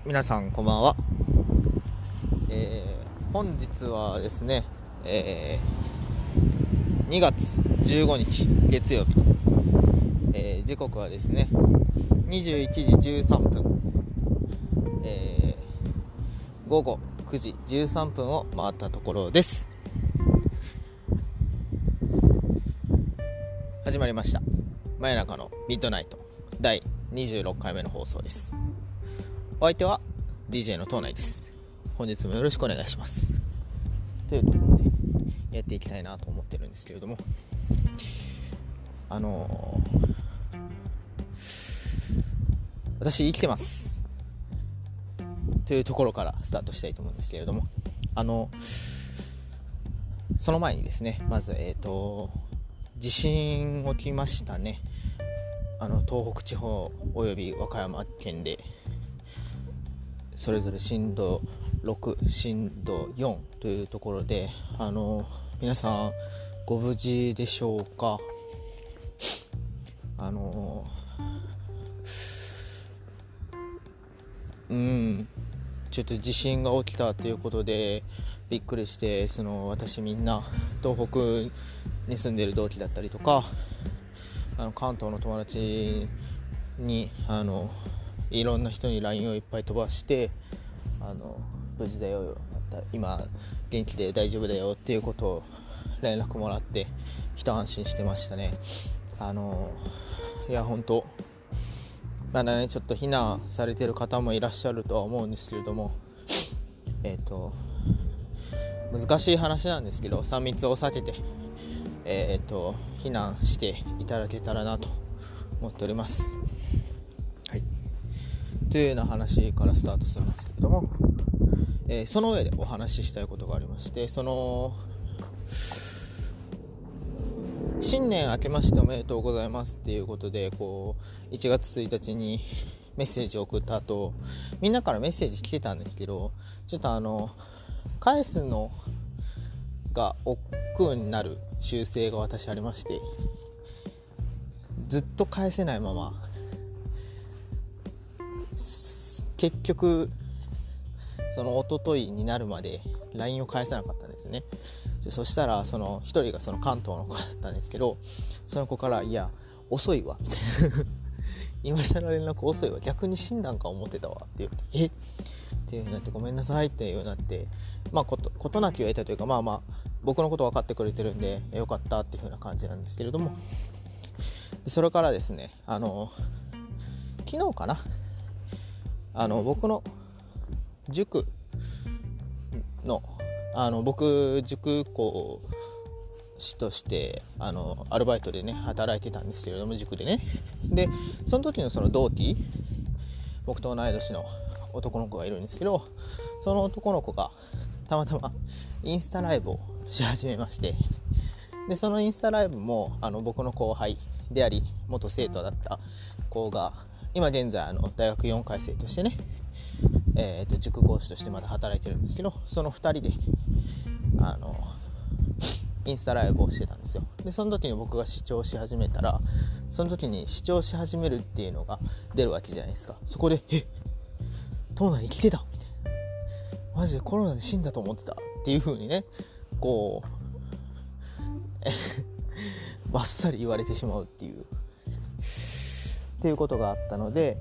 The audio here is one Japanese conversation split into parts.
皆さんこんばんは。本日はですね、2月15日月曜日、時刻はですね21時13分、午後9時13分を回ったところです。始まりました真夜中のミッドナイト第26回目の放送です。お相手は DJ の東内です。本日もよろしくお願いします。というところでやっていきたいなと思ってるんですけれども、私生きてますというところからスタートしたいと思うんですけれども、その前にですね、まず地震起きましたね。東北地方および和歌山県でそれぞれ震度6、震度4というところで、皆さんご無事でしょうか。ちょっと地震が起きたということでびっくりして、私みんな東北に住んでいる同期だったりとか、関東の友達にいろんな人に LINE をいっぱい飛ばして、無事だよ、今元気で大丈夫だよっていうことを連絡もらって一安心してましたね。いや本当まだね、ちょっと避難されている方もいらっしゃるとは思うんですけれども、難しい話なんですけど、3密を避けて避難していただけたらなと思っております。はい、というような話からスタートするんですけれども、その上でお話ししたいことがありまして、新年明けましておめでとうございますっていうことで、1月1日にメッセージを送った後、みんなからメッセージ来てたんですけど、ちょっと返すのが億劫になる習性が私ありまして、ずっと返せないまま結局その一昨日になるまで LINE を返さなかったんですね。そしたら一人が関東の子だったんですけど、その子からいや遅いわみたいな今更連絡遅いわ、逆に死んだんか思ってたわって言って、っていう風になって、ごめんなさいっていう風になって、ことなきを得たというか、僕のこと分かってくれてるんでよかったっていう風な感じなんですけれども、それからですね、昨日かな、僕の塾の僕塾講師としてアルバイトでね働いてたんですけれども、塾でね、でその時の同期、僕と同い年の男の子がいるんですけど、その男の子がたまたまインスタライブをし始めまして、でそのインスタライブも僕の後輩であり元生徒だった子が今現在大学4回生としてね、塾講師としてまだ働いてるんですけど、その2人でインスタライブをしてたんですよ。でその時に僕が視聴し始めたら、その時に視聴し始めるっていうのが出るわけじゃないですか。そこで東南に来てたみたいな、マジでコロナで死んだと思ってたっていう風にね、バッサリ言われてしまうっていうことがあったので、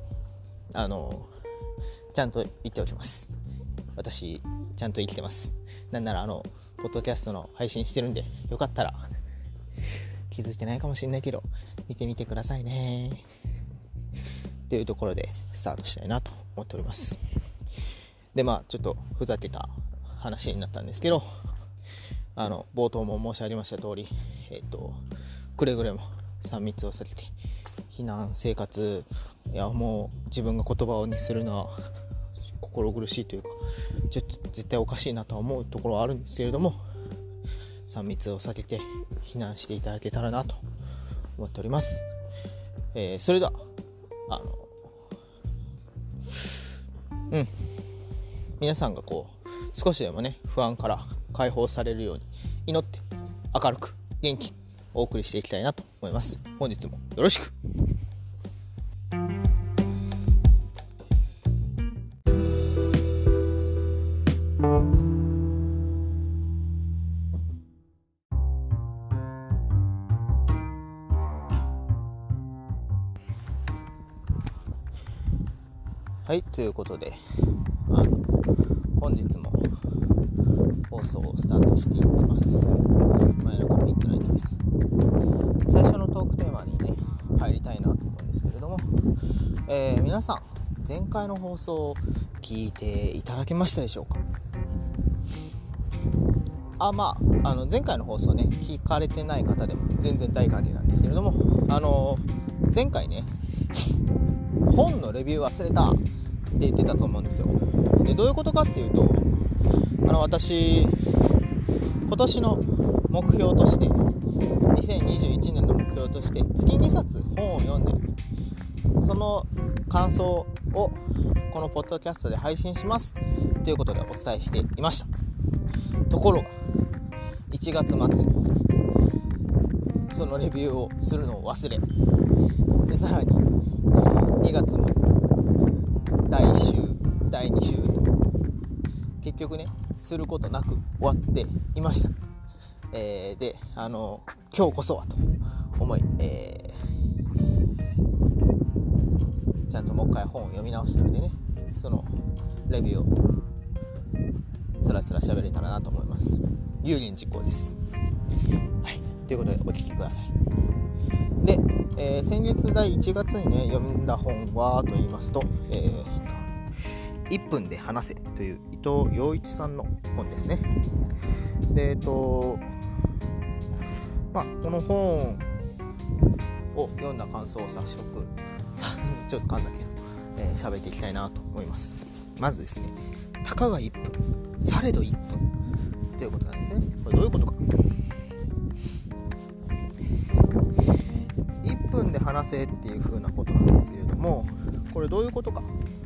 ちゃんと言っておきます。私ちゃんと生きてます。なんならポッドキャストの配信してるんで、よかったら気づいてないかもしれないけど見てみてくださいねというところでスタートしたいなと思っております。でちょっとふざけた話になったんですけど、冒頭も申し上げました通り、くれぐれも3密を避けて避難生活、もう自分が言葉にするのは心苦しいというか、ちょっと絶対おかしいなとは思うところはあるんですけれども、3密を避けて避難していただけたらなと思っております。それでは皆さんが少しでもね不安から解放されるように祈って明るく元気お送りしていきたいなと思います。本日もよろしく。 はい、ということで本日も放送をスタートしていってます。前のミッドナイトです。最初のトークテーマにね入りたいなと思うんですけれども、皆さん前回の放送を聞いていただけましたでしょうか。前回の放送ね聞かれてない方でも全然大歓迎なんですけれども、前回ね本のレビュー忘れたって言ってたと思うんですよ。でどういうことかっていうと、私今年の目標として2021年の目標として月2冊本を読んでその感想をこのポッドキャストで配信しますということでお伝えしていました。ところが1月末にそのレビューをするのを忘れで、さらに2月も第1週第2週と結局ねすることなく終わっていました。で今日こそはと思い、ちゃんともう一回本を読み直したのでね、そのレビューをつらつら喋れたらなと思います。有言実行です。はい、ということでお聞きください。で、先月第1月にね読んだ本はと言いますと、1分で話せという伊藤洋一さんの本ですね。でこの本を読んだ感想を早速ちょっと噛んだけど喋っていきたいなと思います。まずですね、たかが1分されど1分ということなんですね。これどういうことか、1分で話せっていう風なことなんですけれども、これどういうことか、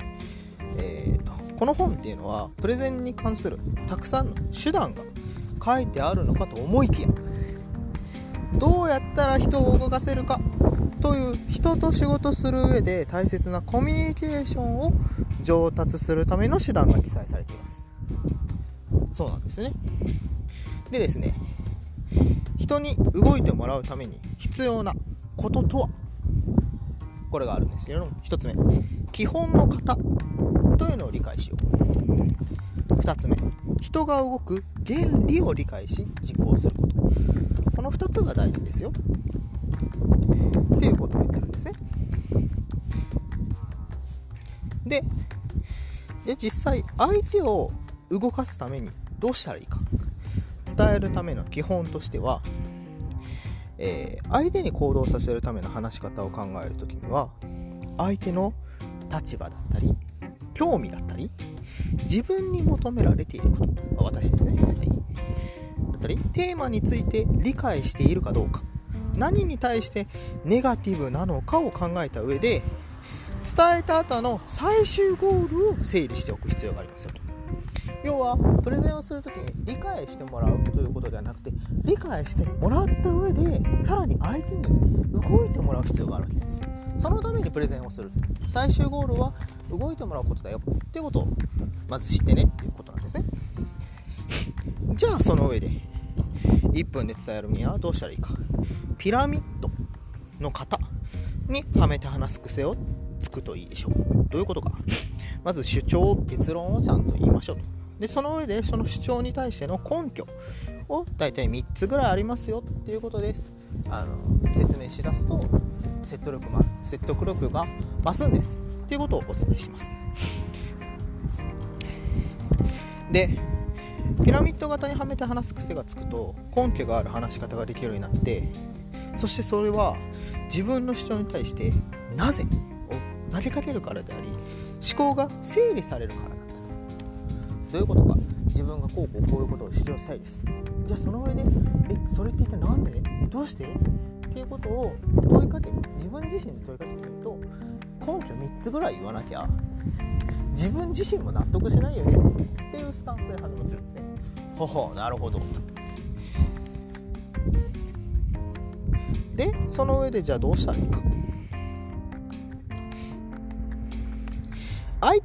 この本っていうのはプレゼンに関するたくさんの手段が書いてあるのかと思いきや、どうやったら人を動かせるかという人と仕事する上で大切なコミュニケーションを上達するための手段が記載されています。そうなんですね。でですね、人に動いてもらうために必要なこととは、これがあるんですけれども、1つ目、基本の型というのを理解しよう。2つ目、人が動く原理を理解し実行すること。この2つが大事ですよっていうことを言ってるんですね。で実際相手を動かすためにどうしたらいいか、伝えるための基本としては、相手に行動させるための話し方を考えるときには、相手の立場だったり興味だったり自分に求められていること、私ですね、はい、だったりテーマについて理解しているかどうか、何に対してネガティブなのかを考えた上で、伝えた後の最終ゴールを整理しておく必要がありますよと。要はプレゼンをするときに理解してもらうということではなくて、理解してもらった上でさらに相手に動いてもらう必要があるわけです。そのためにプレゼンをする、最終ゴールは動いてもらうことだよっていうことをまず知ってねっていうことなんですね。じゃあその上で1分で伝えるにはどうしたらいいか、ピラミッドの型にはめて話す癖をつくといいでしょう。どういうことか、まず主張結論をちゃんと言いましょうと。でその上でその主張に対しての根拠をだいたい3つぐらいありますよっていうことです。説明しだすと説得力が増すんですっていうことをお伝えします。でピラミッド型にはめて話す癖がつくと根拠がある話し方ができるようになって、そしてそれは自分の主張に対してなぜを投げかけるからであり、思考が整理されるからなんだと。どういうことか、自分がこういうことを主張したいです。じゃあその上でそれって一体なんでどうしてっていうことを自分自身に問いかけてみると、根拠3つぐらい言わなきゃ自分自身も納得しないよねっていうスタンスで始まってるんですね。なるほど。でその上でじゃあどうしたらいいか、相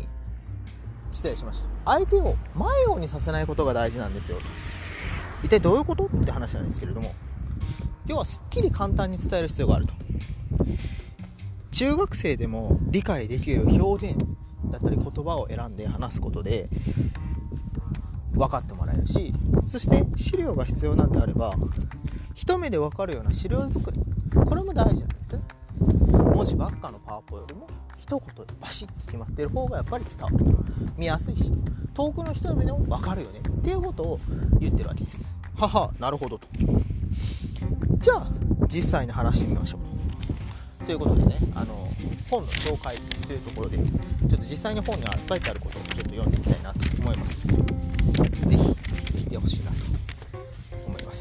手を前をにさせないことが大事なんですよ。一体どういうことって話なんですけれども、要はすっきり簡単に伝える必要があると。中学生でも理解できる表現だったり言葉を選んで話すことで分かってもらえるし、そして資料が必要なんであれば一目で分かるような資料作り、これも大事なんですね。文字ばっかのパワポよりも一言でバシッと決まっている方がやっぱり伝わると、見やすいし、遠くの人の目でも分かるよねっていうことを言ってるわけです。はは、なるほどと。じゃあ実際に話してみましょうということでね、本の紹介というところでちょっと実際に本に書いてあることをちょっと読んでいきたいなと思います。ぜひ聞いてほしいなと思います。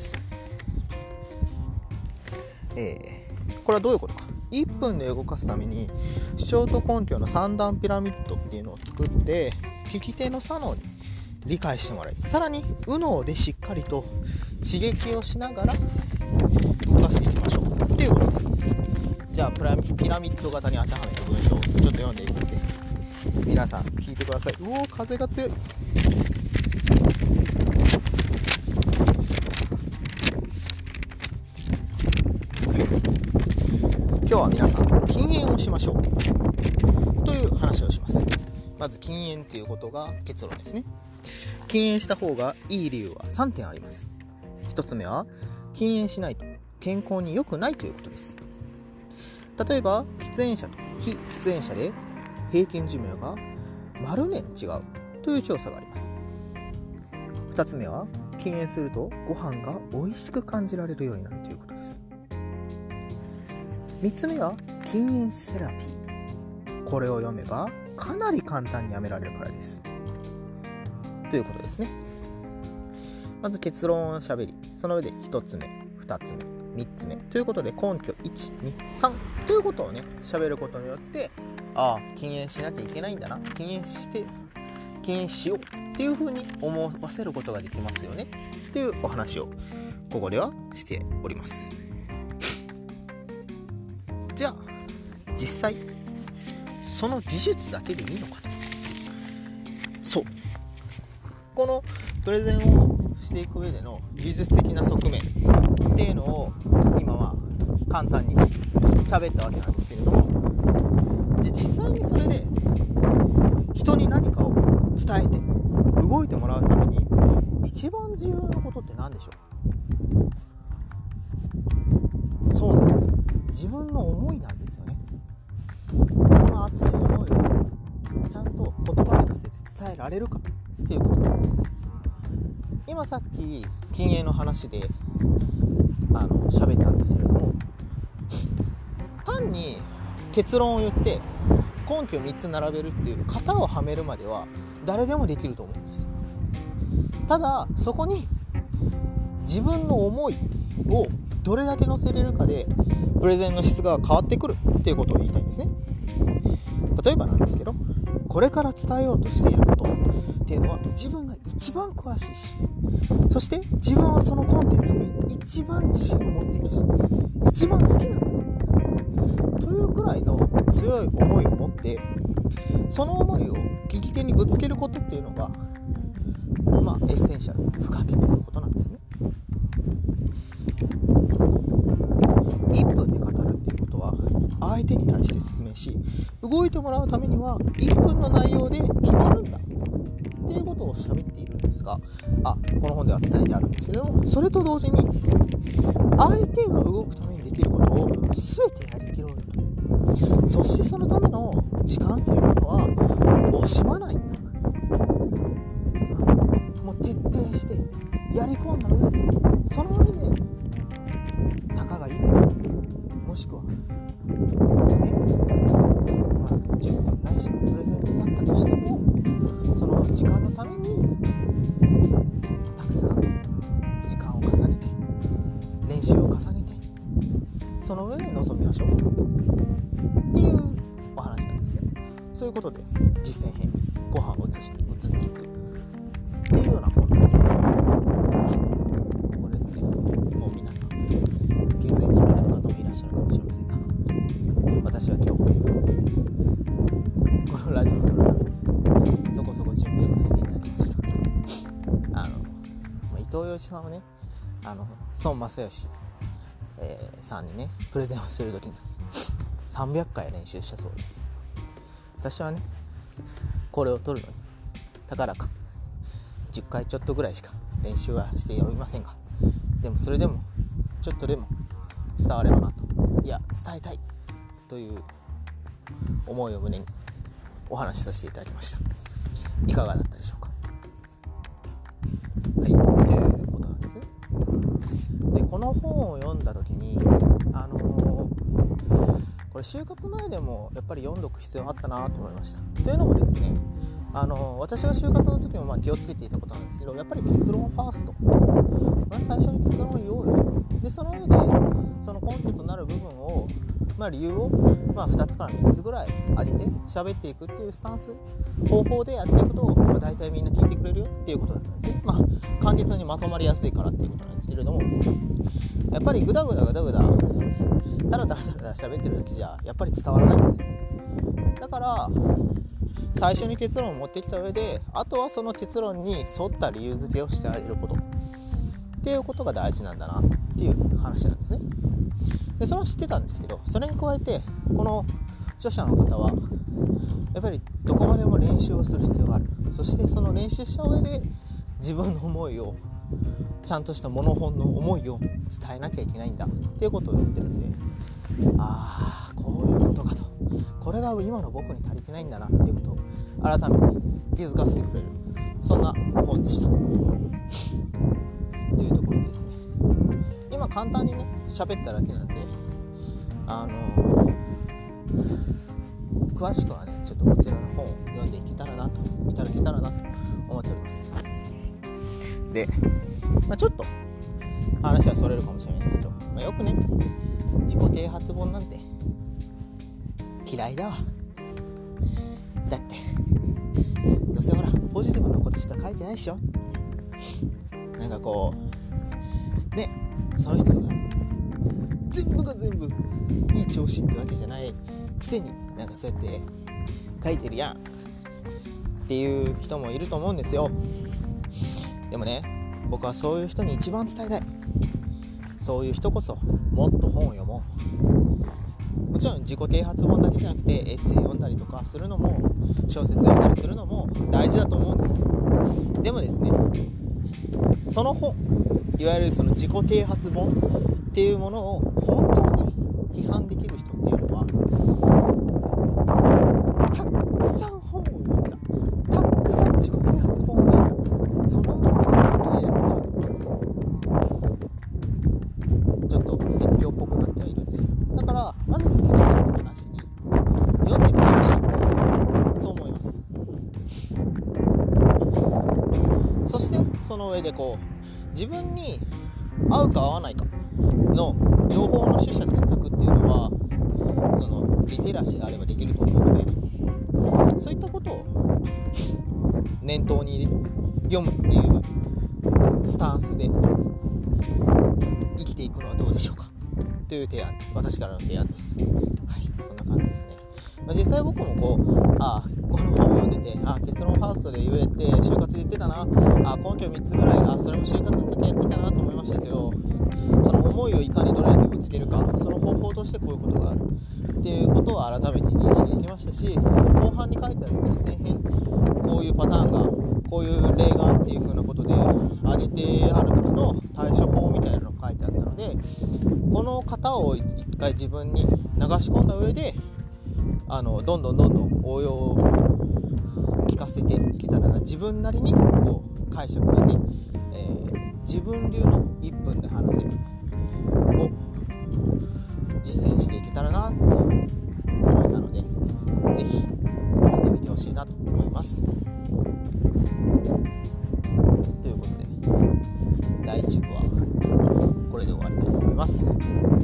これはどういうことか。1分で動かすために主張と根拠の3段ピラミッドっていうのを作って、聞き手の左脳に理解してもらい、さらに右脳でしっかりと刺激をしながら動かしていきましょうっていうことです。じゃあピラミッド型に当てはめた文章をちょっと読んでいくので皆さん聞いてください。うお、風が強い。今日は皆さん禁煙をしましょうという話をします。まず禁煙ということが結論ですね。禁煙した方がいい理由は3点あります。1つ目は禁煙しないと健康に良くないということです。例えば喫煙者と非喫煙者で平均寿命が丸年違うという調査があります。2つ目は禁煙するとご飯が美味しく感じられるようになるということです。3つ目は禁煙セラピー、これを読めばかなり簡単にやめられるからですということですね。まず結論をしゃべり、その上で1つ目2つ目3つ目ということで根拠1、2、3ということをね喋ることによって、禁煙しなきゃいけないんだな、禁煙しようっていう風に思わせることができますよねっていうお話をここではしております。じゃあ実際その技術だけでいいのかと。そう、このプレゼンをしていく上での技術的な側面っていうのを今は簡単に喋ったわけなんですけれども、で実際にそれで人に何かを伝えて動いてもらうために一番重要なことって何でしょう。そうなんです、自分の思いなんですよね。この熱い思いをちゃんと言葉に乗せて伝えられるかっていうことなんです。今さっき禁煙の話で喋ったんですけれども、単に結論を言って根拠を3つ並べるっていう型をはめるまでは誰でもできると思うんです。ただそこに自分の思いをどれだけ乗せれるかでプレゼンの質が変わってくるっていうことを言いたいんですね。例えばなんですけど、これから伝えようとしていることっていうのは自分が一番詳しいし、そして自分はそのコンテンツに一番自信を持っているし、一番好きなんだというくらいの強い思いを持って、その思いを聞き手にぶつけることっていうのがエッセンシャル、不可欠なことなんですね。1分で語るっていうことは相手に対して説明し、動いてもらうためには1分の内容で決まるんだっていうことを喋っているんですが、この本では伝えてあるんですけれども、それと同時に相手が動くためにできることを全てやりきろうよと。そしてそのための時間というものは惜しまないんだ、もう徹底してやり込んだ上で、その上でたかが1分もしくは10分ないしのプレゼンだったとしても、その時間のためにたくさん時間を重ねて練習を重ねて、その上で臨みましょうっていうお話なんですよ。そういうことで実践編にご飯を移っていくっていうような本です。ここですね、もう皆さん気づいておられる方もいらっしゃるかもしれませんが、私は今日このラジオを撮るためにそこそこ準備をさせていただきました。伊藤洋一さんはね、孫正義、さんにねプレゼンをするときに300回練習したそうです。私はねこれを取るのにたかだか10回ちょっとぐらいしか練習はしておりませんが、でもそれでもちょっとでも伝わればなと、いや伝えたいという思いを胸にお話しさせていただきました。いかがだったでしょうか。はい、ということなんですね。でこの本を読んだ時にこれ就活前でもやっぱり読んどく必要があったなと思いました。というのもですね、私が就活の時も気をつけていたことなんですけど、やっぱり結論ファースト、最初に結論を言おうよと。でその上でその根拠となる部分を、理由を、2つから3つぐらい挙げて喋っていくっていうスタンス方法でやっていくと、大体みんな聞いてくれるよっていうことだったんですね。簡潔にまとまりやすいからっていうことなんですけれども、やっぱりグダグダタラタラ喋ってるだけじゃやっぱり伝わらないんですよ。だから最初に結論を持ってきた上で、あとはその結論に沿った理由付けをしてあげることっていうことが大事なんだなっていう話なんですね。でそれは知ってたんですけど、それに加えてこの著者の方はやっぱりどこまでも練習をする必要がある。そしてその練習した上で自分の思いを、ちゃんとしたモノ本の思いを伝えなきゃいけないんだっていうことを言ってるんで、こういうことかと、これが今の僕に足りてないんだなっていうことを改めて気づかせてくれる、そんな本でしたというところですね。今簡単にね喋っただけなんで、詳しくはねちょっとこちらの本を読んでいただけたらなと思っております。で、ちょっと話はそれるかもしれないんですけど、よくね自己啓発本なんて嫌いだわ、だってどうせほらポジティブなことしか書いてないでしょ、なんかこうね、その人が全部が全部いい調子ってわけじゃないくせになんかそうやって書いてるやんっていう人もいると思うんですよ。でもね、僕はそういう人に一番伝えたい。そういう人こそもっと本を読もう。もちろん自己啓発本だけじゃなくてエッセイ読んだりとかするのも、小説読んだりするのも大事だと思うんです。でもですね、その本、いわゆるその自己啓発本っていうものを本当に批判できる人っていうのは、たくさん本を読んだ、たくさん自己啓発本を読んだ、その上で言えることだと思います。ちょっと説教っぽくなってはいるんですけど、だからまず好きじゃないとかなしに読んでみてほしい、そう思います。そしてその上で自分に合うか合わないかの情報の取捨選択っていうのは、そのリテラシーがあればできると思うので、そういったことを念頭に入れて読むっていうスタンスで生きていくのはどうでしょうかという提案です。私からの提案です。はい、そんな感じですね。実際僕もこの本を読んでて、結論ファーストで言えて就活で言ってたな、根拠3つぐらい、それも就活の時やってたなと思いましたけど、その思いをいかにどれだけぶつけるか、その方法としてこういうことがあるっていうことを改めて認識できましたし、後半に書いてある実践編、こういうパターンが、こういう例がっていう風なことで挙げてある時の対処法みたいなのが書いてあったので、この型を一回自分に流し込んだ上でどんどん応用を聞かせていけたらな、自分なりに解釈して、自分流の1分で話せを実践していけたらなと思えたので、ぜひ読んでみてほしいなと思います。ということで第1部はこれで終わりたいと思います。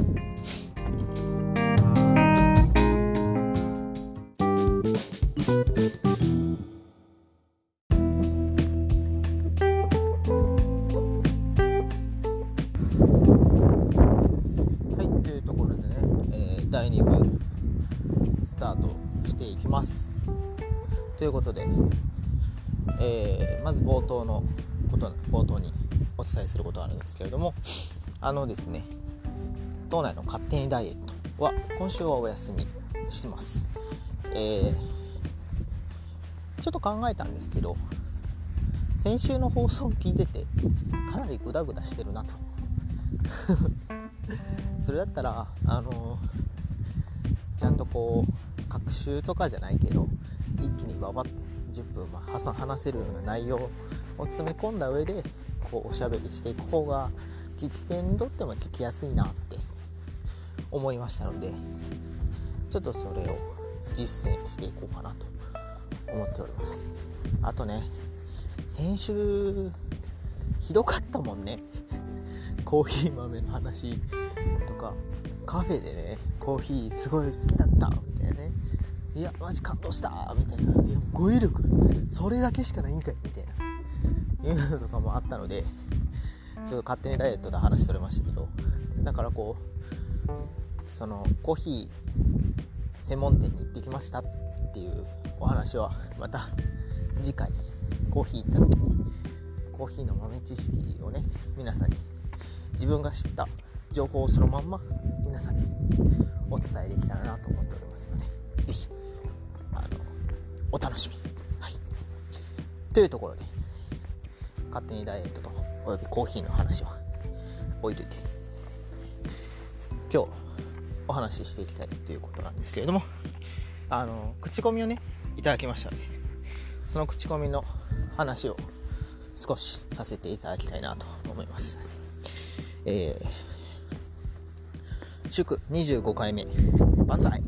第2部スタートしていきます。ということで、まず冒頭にお伝えすることがあるんですけれども、ですね、道内の勝手にダイエットは今週はお休みします。 ちょっと考えたんですけど、先週の放送を聞いててかなりグダグダしてるなとそれだったらちゃんとこう学習とかじゃないけど一気にババって10分話せるような内容を詰め込んだ上でこうおしゃべりしていく方が聞き手にとっても聞きやすいなって思いましたので、ちょっとそれを実践していこうかなと思っております。あとね、先週ひどかったもんねコーヒー豆の話とか、カフェでねコーヒーすごい好きだったみたいなね、いやマジ感動したみたいな、いや語彙力それだけしかないんかいみたいないうのとかもあったので、ちょっと勝手にダイエットで話それましたけど、だからこうそのコーヒー専門店に行ってきましたっていうお話はまた次回コーヒー行った時にコーヒーの豆知識をね、皆さんに自分が知った情報をそのまんま皆さんにお伝えできたらなと思っておりますので、ぜひお楽しみに、はい、というところで勝手にダイエットとおよびコーヒーの話は置いといて、今日お話ししていきたいということなんですけれども、口コミをねいただきましたので、その口コミの話を少しさせていただきたいなと思います。祝25回目万歳、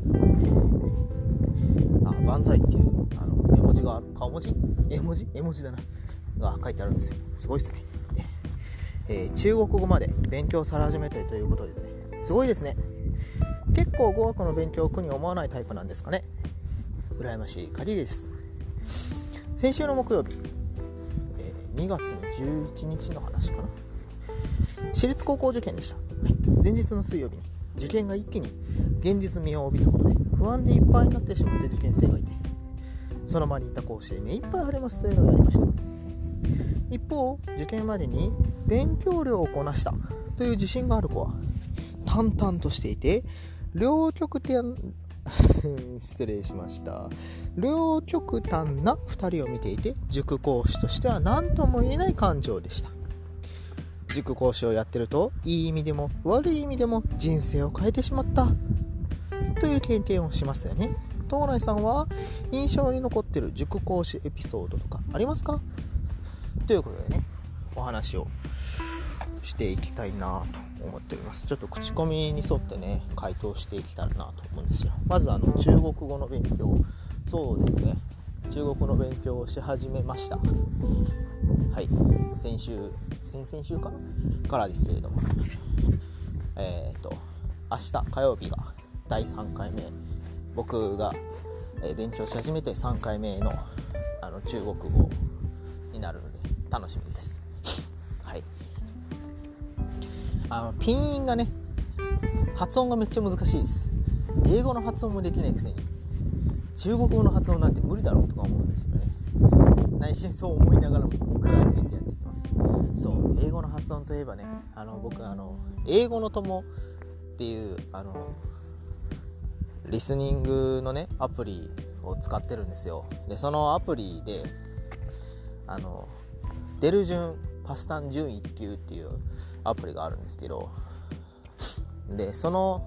万歳っていう絵文字がある、顔文字絵文字だなが書いてあるんですよ。すごいですね。で、中国語まで勉強され始めてということですね。すごいですね。結構語学の勉強を苦に思わないタイプなんですかね。羨ましい限りです。先週の木曜日、2月の11日の話かな、私立高校受験でした。前日の水曜日に受験が一気に現実味を帯びたことで不安でいっぱいになってしまって受験生がいて、その場にいた講師で目いっぱい晴れますというのをやりました。一方、受験までに勉強量をこなしたという自信がある子は淡々としていて、両極端失礼しました両極端な2人を見ていて、塾講師としては何とも言えない感情でした。塾講師をやってると、いい意味でも悪い意味でも人生を変えてしまったという経験をしましたよね。東内さんは印象に残っている塾講師エピソードとかありますか？ということでね、お話をしていきたいなと思っております。ちょっと口コミに沿ってね回答していきたらなと思うんですよ。まず中国語の勉強、そうですね、中国語の勉強をし始めました。はい、先々週からですけれども、明日火曜日が第3回目、僕が、勉強し始めて3回目の中国語になるので楽しみです。はい、ピン音がね、発音がめっちゃ難しいです。英語の発音もできないくせに中国語の発音なんて無理だろうとか思うんですよね。内心そう思いながらも食らいついてやっていきます。そう、英語の発音といえばね、僕英語の友っていうリスニングのねアプリを使ってるんですよ。で、そのアプリで出る順パスタン準1級っていうアプリがあるんですけど、でその、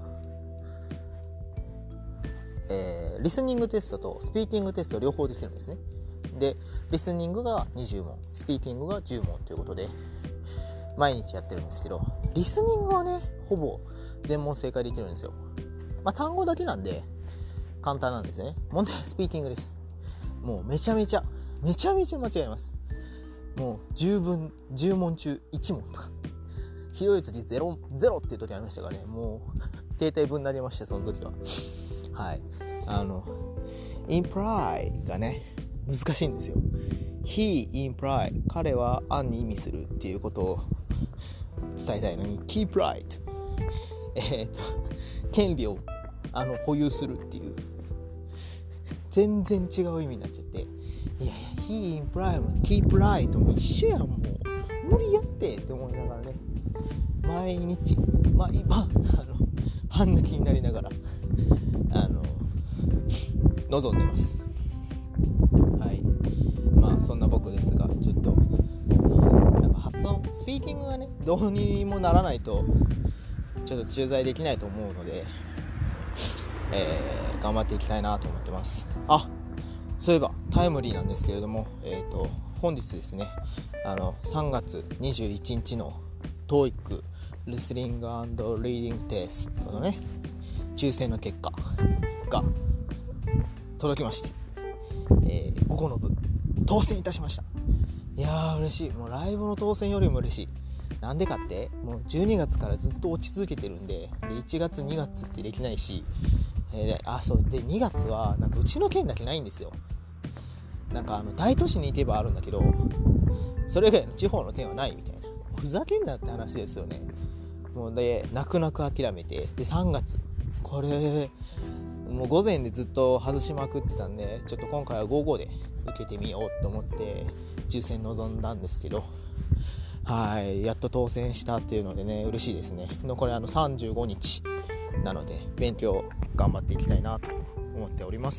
リスニングテストとスピーキングテスト両方できるんですね。でリスニングが20問、スピーキングが10問ということで毎日やってるんですけど、リスニングはねほぼ全問正解できるんですよ。単語だけなんで簡単なんですね。問題はスピーキングです。もうめちゃめちゃ間違えます。もう10問中1問とか、ひどい時ゼロっていう時ありましたからね、もう携帯分になりました、その時は。はい、imply がね難しいんですよ。 he imply 彼は案に意味するっていうことを伝えたいのに keep right 権利を保有するっていう全然違う意味になっちゃって、いや he imply も keep right も一緒やん、もう無理やって思いながらね、毎日今半泣きになりながら望んでます。 はい、そんな僕ですが、ちょっとやっぱ発音スピーキングがねどうにもならないとちょっと駐在できないと思うので、頑張っていきたいなと思ってます。そういえばタイムリーなんですけれども、本日ですね、3月21日の TOEIC リスニング&リーディングテストのね抽選の結果が届きまして、午後の部当選いたしました。いやー嬉しい。もうライブの当選よりも嬉しい。なんでかってもう12月からずっと落ち続けてるんで、1月2月ってできないし、そうで2月はなんかうちの県だけないんですよ。なんか大都市に行けばあるんだけど、それ以外の地方の県はないみたいな。ふざけんなって話ですよね。もうで泣く泣く諦めて、で3月これもう午前でずっと外しまくってたんで、ちょっと今回は午後で受けてみようと思って抽選臨んだんですけど、やっと当選したっていうのでね嬉しいですね。これ35日なので勉強頑張っていきたいなと思っております。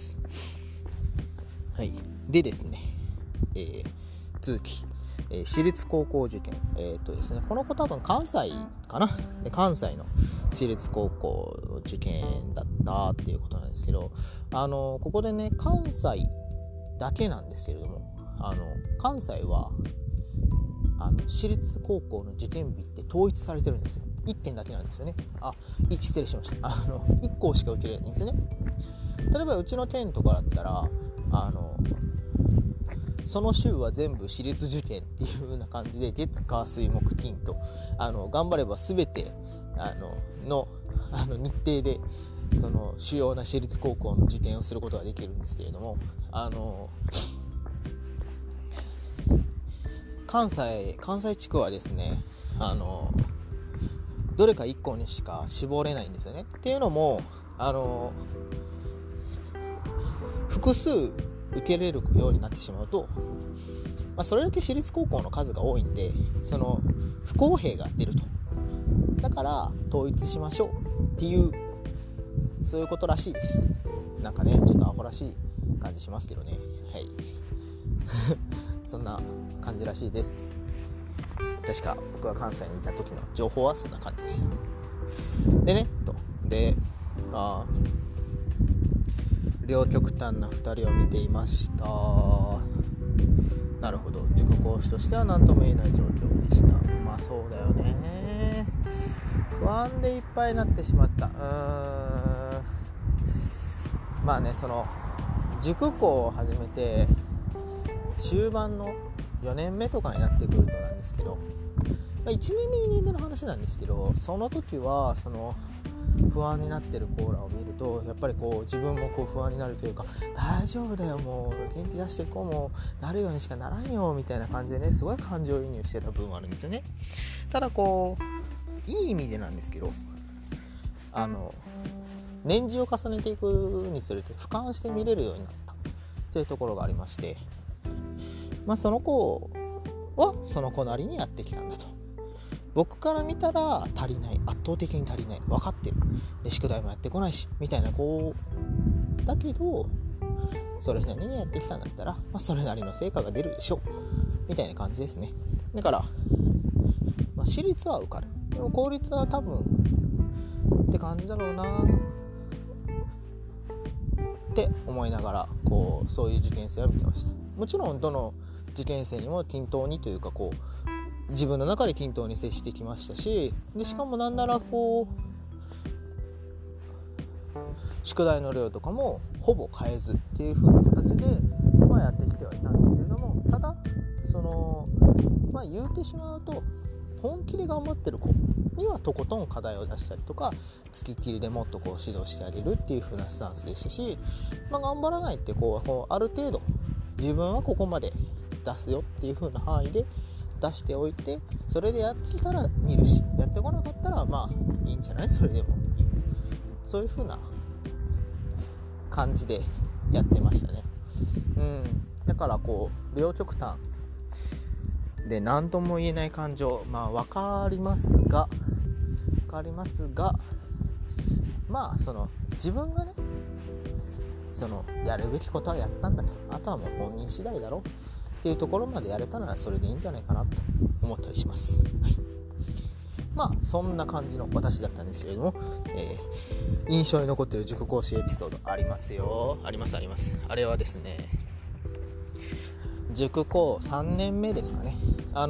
でですね、続き、私立高校受験、ですね、この子多分関西かな。で関西の私立高校の受験だったっていうことなんですけど、ここでね関西だけなんですけれども、関西は私立高校の受験日って統一されてるんですよ。1件だけなんですよね。失礼しました。1校しか受けれないんですよね。例えばうちの県とかだったらその週は全部私立受験っていう風な感じで、月火水木金と頑張れば全ての日程でその主要な私立高校の受験をすることができるんですけれども、関西地区はですねどれか1校にしか絞れないんですよね。っていうのも複数受けれるようになってしまうと、それだけ私立高校の数が多いんでその不公平が出ると。だから統一しましょうっていうそういうことらしいです。なんかねちょっとアホらしい感じしますけどね。そんな感じらしいです。確か僕が関西にいた時の情報はそんな感じでした。で両極端な2人を見ていました。なるほど、塾講師としては何とも言えない状況でした。そうだよね、不安でいっぱいになってしまった。その塾講を始めて終盤の4年目とかになってくるとなんですけど、1年目2年目の話なんですけど、その時はその不安になってるコーラを見るとやっぱり自分も不安になるというか、大丈夫だよ、もう元気出してもうなるようにしかならんよみたいな感じでね、すごい感情移入してた部分があるんですよね。ただいい意味でなんですけど、年次を重ねていくにつれて俯瞰して見れるようになったというところがありまして、その子はその子なりにやってきたんだと。僕から見たら足りない、圧倒的に足りない、分かってる、で宿題もやってこないしみたいな子だけど、それなりにやってきたんだったら、それなりの成果が出るでしょみたいな感じですね。だから、私立は受かる、でも公立は多分って感じだろうなって思いながらそういう受験生は見てました。もちろんどの受験生にも均等にというか自分の中で均等に接してきましたし、でしかもなんなら宿題の量とかもほぼ変えずっていう風な形で、やってきてはいたんですけれども、ただ言うてしまうと本気で頑張ってる子にはとことん課題を出したりとか、付きっきりでもっと指導してあげるっていう風なスタンスでしたし、頑張らないってある程度自分はここまで出すよっていう風な範囲で出しておいて、それでやってきたら見るし、やってこなかったらいいんじゃない、それでもいい、そういう風な感じでやってましたね。だから両極端で何とも言えない感情、分かりますがその自分がねやるべきことはやったんだと、あとはもう本人次第だろうっていうところまでやれたならそれでいいんじゃないかなと思ったりします。はい、そんな感じの私だったんですけれども、印象に残っている塾講師エピソードありますよ。あります。あれはですね、塾講3年目ですかね。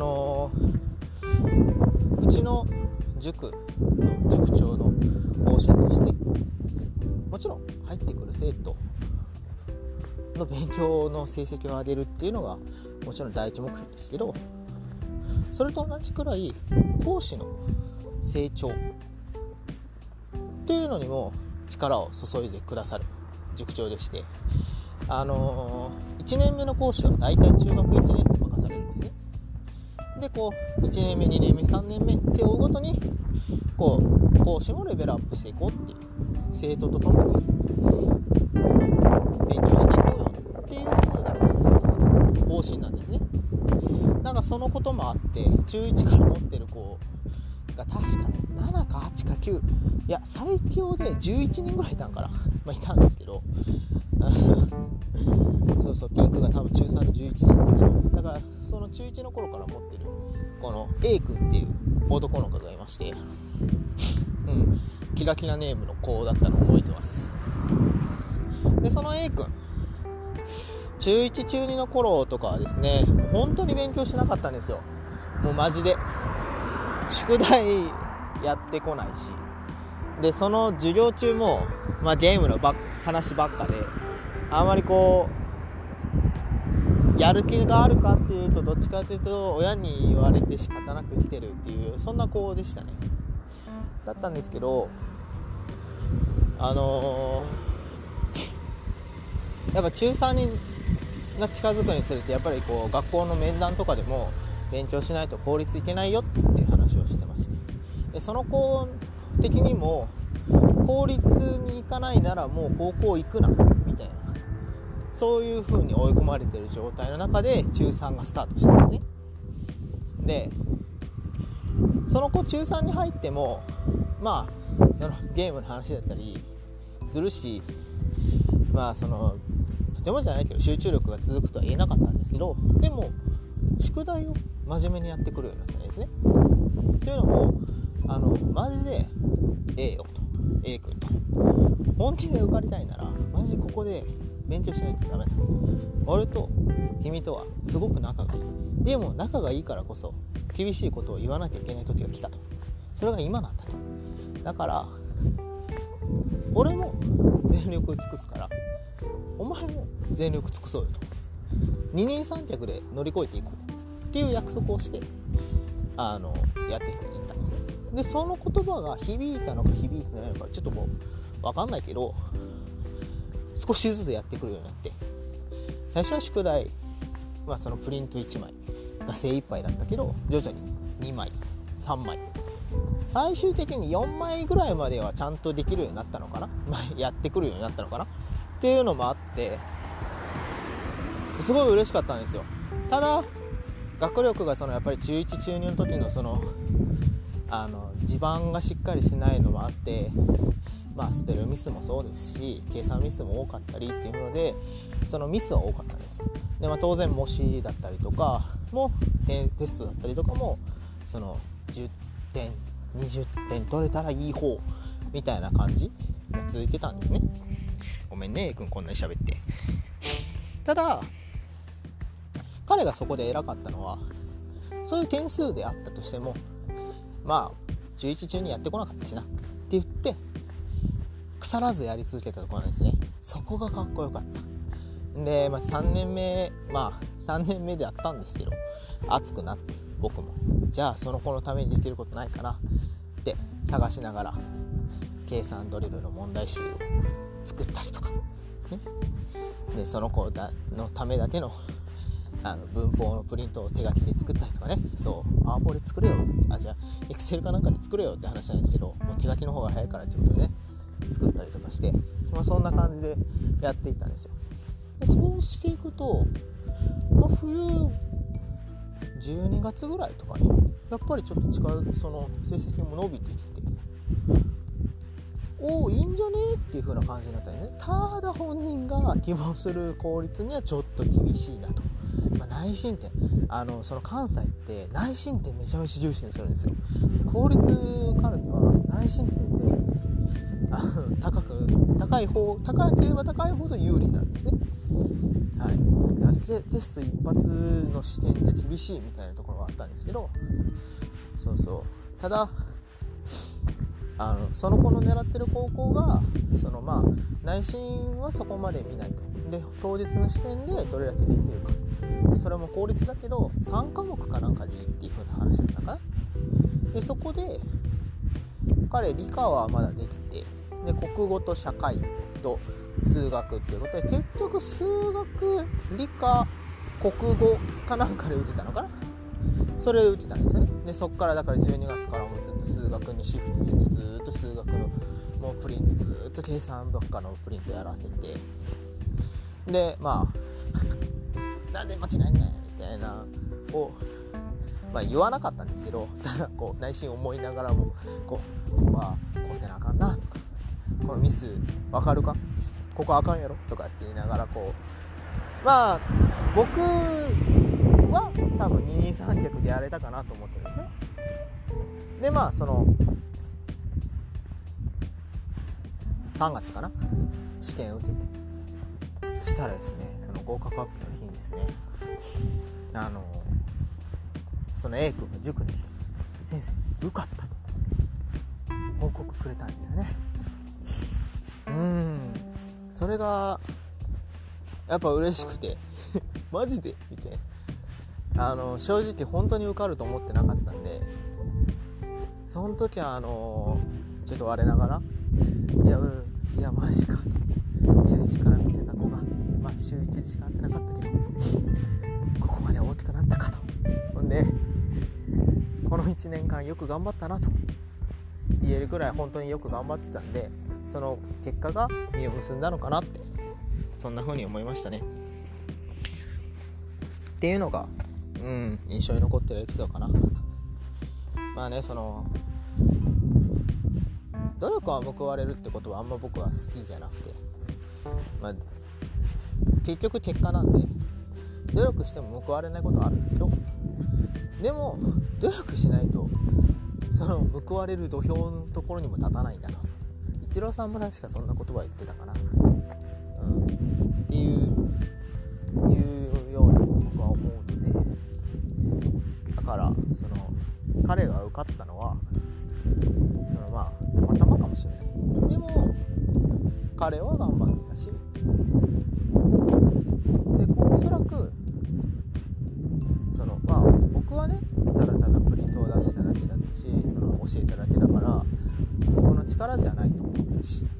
うちの塾の塾長の方針として、もちろん入ってくる生徒の勉強の成績を上げるっていうのがもちろん第一目標ですけど、それと同じくらい講師の成長というのにも力を注いでくださる塾長でして、1年目の講師はだいたい中学1年生任されるんですね。で1年目2年目3年目って追うごとに講師もレベルアップしていこうっていう、生徒と共に勉強していこうよっていう風な方針なんですね。そのこともあって中1から持ってる子が確かね7か8か9、いや最強で11人ぐらいいたんかな、いたんですけどそうピークが多分中3の11なんですけど、だからその中1の頃から持ってるこの A 君っていう男の子がいまして、キラキラネームの子だったのを覚えてます。でその A 君中1中2の頃とかはですね、本当に勉強しなかったんですよ。もうマジで宿題やってこないし、でその授業中も、ゲームの話ばっかで、あまりやる気があるかっていうとどっちかというと親に言われて仕方なく来てるっていう、そんな子でしたね。だったんですけど、やっぱ中3が近づくにつれて、やっぱり学校の面談とかでも勉強しないと公立行けないよっていう話をしてまして、でその子的にも公立に行かないならもう高校行くなみたいな、そういう風に追い込まれている状態の中で中3がスタートしたんですね。でその子中3に入ってもそのゲームの話だったりするし、とてもじゃないけど集中力が続くとは言えなかったんですけど、でも宿題を真面目にやってくるようになったんですね。というのもマジで A よと A 君と本気で受かりたいならマジここで勉強しないとダメだ、俺と君とはすごく仲がいい、でも仲がいいからこそ厳しいことを言わなきゃいけない時が来たと、それが今なんだと、だから俺も全力を尽くすからお前も全力尽くそうよと、二人三脚で乗り越えていこうっていう約束をしてやってきていったんですよ。でその言葉が響いたのか響いてないのかちょっともう分かんないけど、少しずつやってくるようになって、最初は宿題そのプリント1枚が精一杯だったけど、徐々に2枚3枚最終的に4枚ぐらいまではちゃんとできるようになったのかな、やってくるようになったのかなっていうのもあって、すごい嬉しかったんですよ。ただ学力がやっぱり中1中2の時の地盤がしっかりしないのもあって、スペルミスもそうですし計算ミスも多かったりっていうので、そのミスは多かったんですよ。で、当然模試だったりとかもテストだったりとかも10点20点取れたらいい方みたいな感じが続いてたんですね。ごめんね A 君こんなに喋って。ただ彼がそこで偉かったのは、そういう点数であったとしても中1中にやってこなかったしなって言って腐らずやり続けたところなんですね。そこがかっこよかった。で、3年目3年目でやったんですけど、熱くなって僕もじゃあその子のためにできることないかなって探しながら計算ドリルの問題集を作ったりとか、ね、でその子のためだけの文法のプリントを手書きで作ったりとかね、パワポで作れよ、じゃあエクセルかなんかで作れよって話なんですけど、もう手書きの方が早いからということでね作ったりとかして、そんな感じでやっていったんですよ。でそうしていくと、冬12月ぐらいとかにやっぱりちょっと成績も伸びてきて、 いいんじゃねっていう風な感じになったんですね。ただ本人が希望する公立にはちょっと厳しいなと。内申点、その関西って内申点めちゃめちゃ重視にするんですよ。公立受かるには内申点で高ければ高いほど有利なんですね。はい、テスト一発の試験じゃ厳しいみたいなところがあったんですけど、ただその子の狙ってる高校が内申はそこまで見ないと。で当日の試験でどれだけできるか、それも公立だけど3科目かなんかでいいっていう風な話だったかな。でそこで彼理科はまだできて、で国語と社会と数学っていうことで結局数学理科国語かなんかで受けたのかな。それで受けたんですよね。でそっからだから12月からもずっと数学にシフトしてずっと数学のもうプリントずっと計算ばっかのプリントやらせて、でなんで間違いないみたいなを言わなかったんですけど、ただ内心思いながらもここはこうせなあかんなとか、このミスわかるか、ここあかんやろとかって言いながら僕は多分二人三脚でやれたかなと思ってるんですね。でその3月かな試験を受けて、そしたらですね、その合格発表の日にですね、その A 君が塾に来て先生受かったと報告くれたんですよね。それがやっぱ嬉しくてマジでみたいな、正直本当に受かると思ってなかったんで、その時はちょっと我ながらいやマジかと、中1から見てた子が週1でしか会ってなかったけどここまで大きくなったかと、ほんでこの1年間よく頑張ったなと言えるくらい本当によく頑張ってたんで、その結果が実を結んだのかなって、そんな風に思いましたね。っていうのが印象に残ってるエピソードかな。その努力は報われるってことはあんま僕は好きじゃなくて、結局結果なんで努力しても報われないことはあるけど、でも努力しないとその報われる土俵のところにも立たないんだと。イチローさんも確かそんな言葉言ってたかな、っていうように僕は思うので、だからその彼が受かったのはたまたまかもしれない。でも彼は頑張ってたし、でおそらく僕はねただただプリントを出しただけだったし、その教えただけだから僕の力じゃないと思ってるし、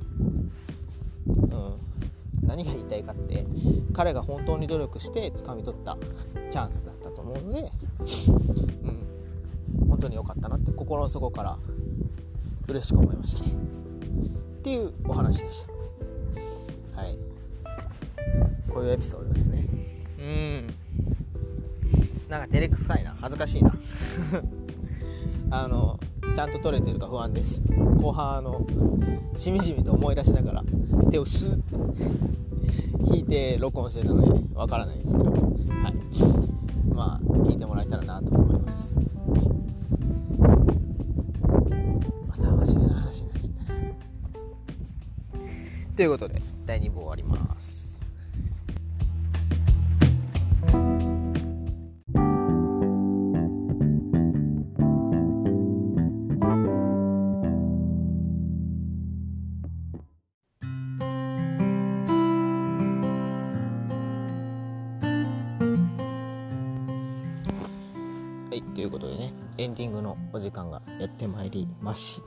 何が言いたいかって彼が本当に努力して掴み取ったチャンスだったと思うので、本当に良かったなって心の底から嬉しく思いましたねっていうお話でした。はい、こういうエピソードですね。なんか照れくさいな、恥ずかしいなちゃんと撮れてるか不安です。後半しみじみと思い出しながら手をスーッ引いて録音してたのでわからないですけど、聞いてもらえたらなと思います。また真面目な話になっちゃったな。ということで第2部終わります。ということでね、エンディングのお時間がやってまいりました。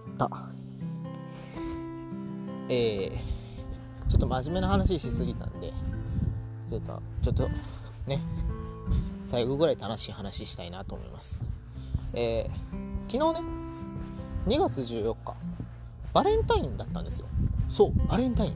ちょっと真面目な話しすぎたんでちょっとね最後ぐらい楽しい話したいなと思います。昨日ね2月14日バレンタインだったんですよ。そうバレンタイン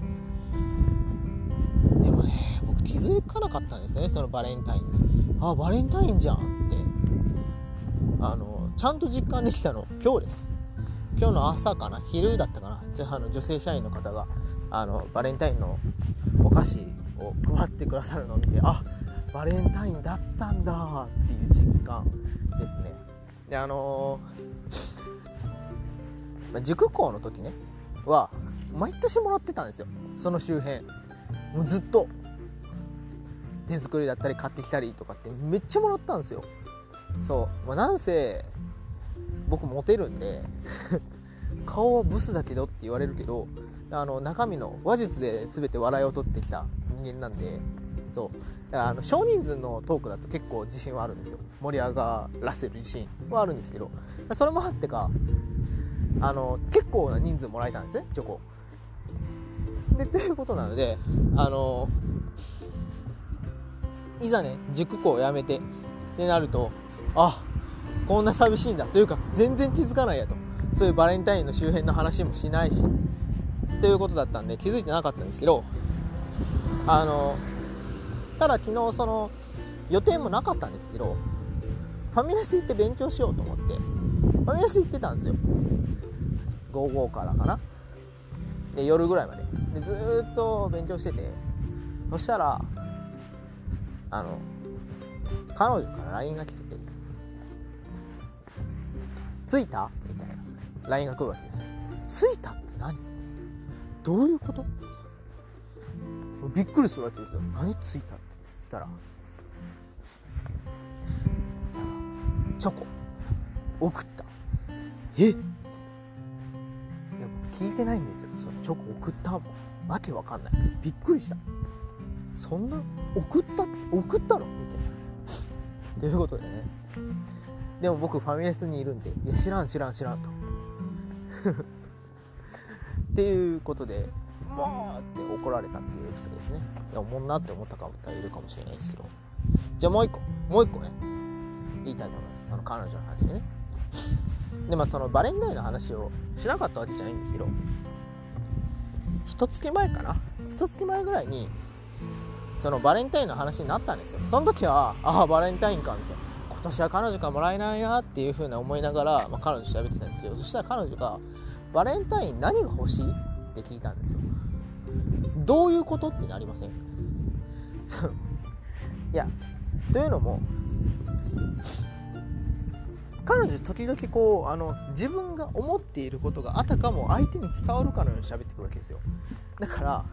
でもね僕気づかなかったんですよね、そのバレンタインに。バレンタインじゃんってちゃんと実感できたの今日です。 今日の朝かな、昼だったかな、女性社員の方がバレンタインのお菓子を配ってくださるのを見て、あ、バレンタインだったんだっていう実感ですね。で塾校の時ねは毎年もらってたんですよ。その周辺もうずっと手作りだったり買ってきたりとかってめっちゃもらったんですよ。そう、なんせ僕モテるんで顔はブスだけどって言われるけど、中身の話術で全て笑いを取ってきた人間なんで、そうだから少人数のトークだと結構自信はあるんですよ。盛り上がらせる自信はあるんですけど、それもあってか結構な人数もらえたんですね、チョコで。ということなのでいざね塾校を辞めてってなると、あ、こんな寂しいんだというか全然気づかないやと、そういうバレンタインの周辺の話もしないしということだったんで気づいてなかったんですけど、ただ昨日その予定もなかったんですけど、ファミレス行って勉強しようと思ってファミレス行ってたんですよ。午後からかなで夜ぐらいまでずっと勉強してて、そしたら彼女から LINE が来てて、着いたみたいな LINE が来るわけですよ。着いたって何、どういうこと、びっくりするわけですよ。何着いたって言ったら、チョコ送った。え、いや僕聞いてないんですよ。そのチョコ送ったもんわけわかんない、びっくりした。そんな送ったのみたいな。ということでね、でも僕ファミレスにいるんで、いや知らんとっていうことでもうって怒られたっていうエピソードですね。いやおもんなって思った方いるかもしれないですけど、じゃあもう一個ね言いたいと思います。その彼女の話でね。でそのバレンタインの話をしなかったわけじゃないんですけど、一月前ぐらいにそのバレンタインの話になったんですよ。その時はバレンタインかみたいな、今年は彼女からもらえないなっていう風な思いながら、彼女調べてたんですよ。そしたら彼女がバレンタイン何が欲しいって聞いたんですよ。どういうことってなりません？いやというのも彼女時々こう自分が思っていることがあたかも相手に伝わるかのように喋ってくるわけですよ。だから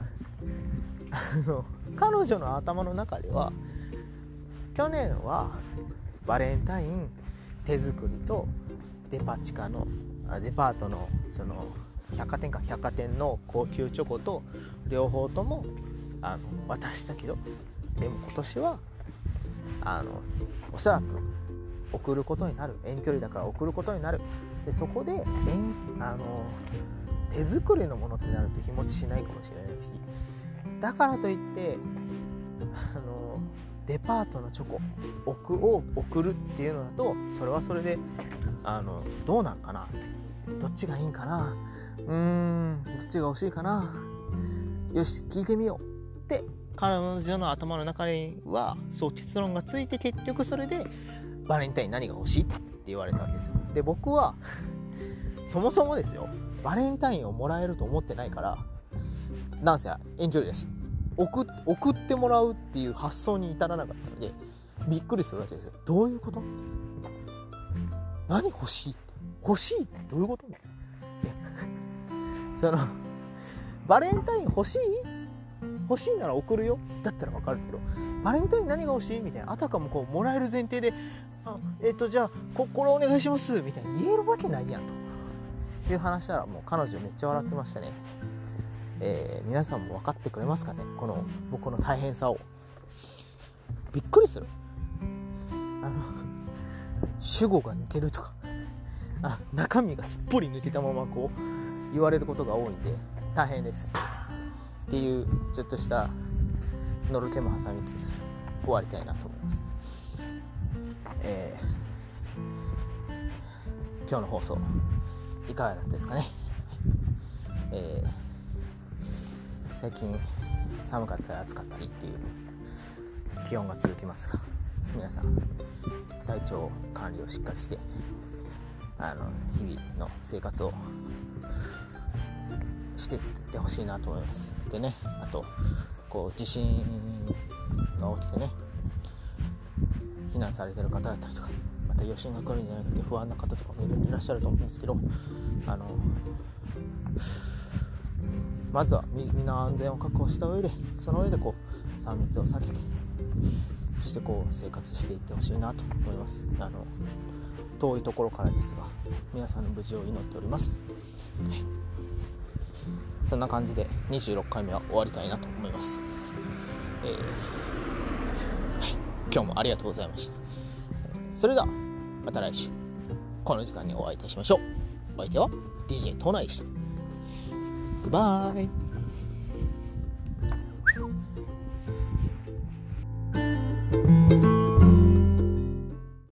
彼女の頭の中では去年はバレンタイン手作りとデパートのその百貨店の高級チョコと両方とも渡したけど、でも今年はおそらく送ることになる、遠距離だから送ることになる。でそこで手作りのものってなると日持ちしないかもしれないし、だからといってデパートのチョコを送るっていうのだと、それはそれでどうなんかな、どっちがいいんかな、どっちが欲しいかな、よし聞いてみようって彼女の頭の中にはそう結論がついて、結局それでバレンタイン何が欲しいって言われたわけですよ。で僕はそもそもですよ、バレンタインをもらえると思ってないから、なんせ遠距離だし送ってもらうっていう発想に至らなかったのでびっくりするわけですよ。どういうこと？何欲しいってどういうこと？そのバレンタイン欲しいなら送るよだったら分かるけど、バレンタイン何が欲しいみたいな、あたかもこうもらえる前提でじゃあこれお願いしますみたいな言えるわけないやんという話したら、もう彼女めっちゃ笑ってましたね。皆さんも分かってくれますかね、この僕の大変さを。びっくりする。主語が抜けるとか中身がすっぽり抜けたままこう言われることが多いんで大変ですっていうちょっとしたのろけも挟みつつ終わりたいなと思います。今日の放送いかがだったですかね。最近寒かったり暑かったりっていう気温が続きますが、皆さん体調管理をしっかりして日々の生活をしていってほしいなと思います。でね、あと地震が起きてね、避難されてる方だったりとか、また余震が来るんじゃないかって不安な方とかもいらっしゃると思うんですけど、まずはみんな安全を確保した上で、その上で3密を避けて、そして生活していってほしいなと思います。遠いところからですが、皆さんの無事を祈っております。はい、そんな感じで26回目は終わりたいなと思います。はい、今日もありがとうございました。それではまた来週この時間にお会いいたしましょう。お相手は DJ トナイでした。グッバイ。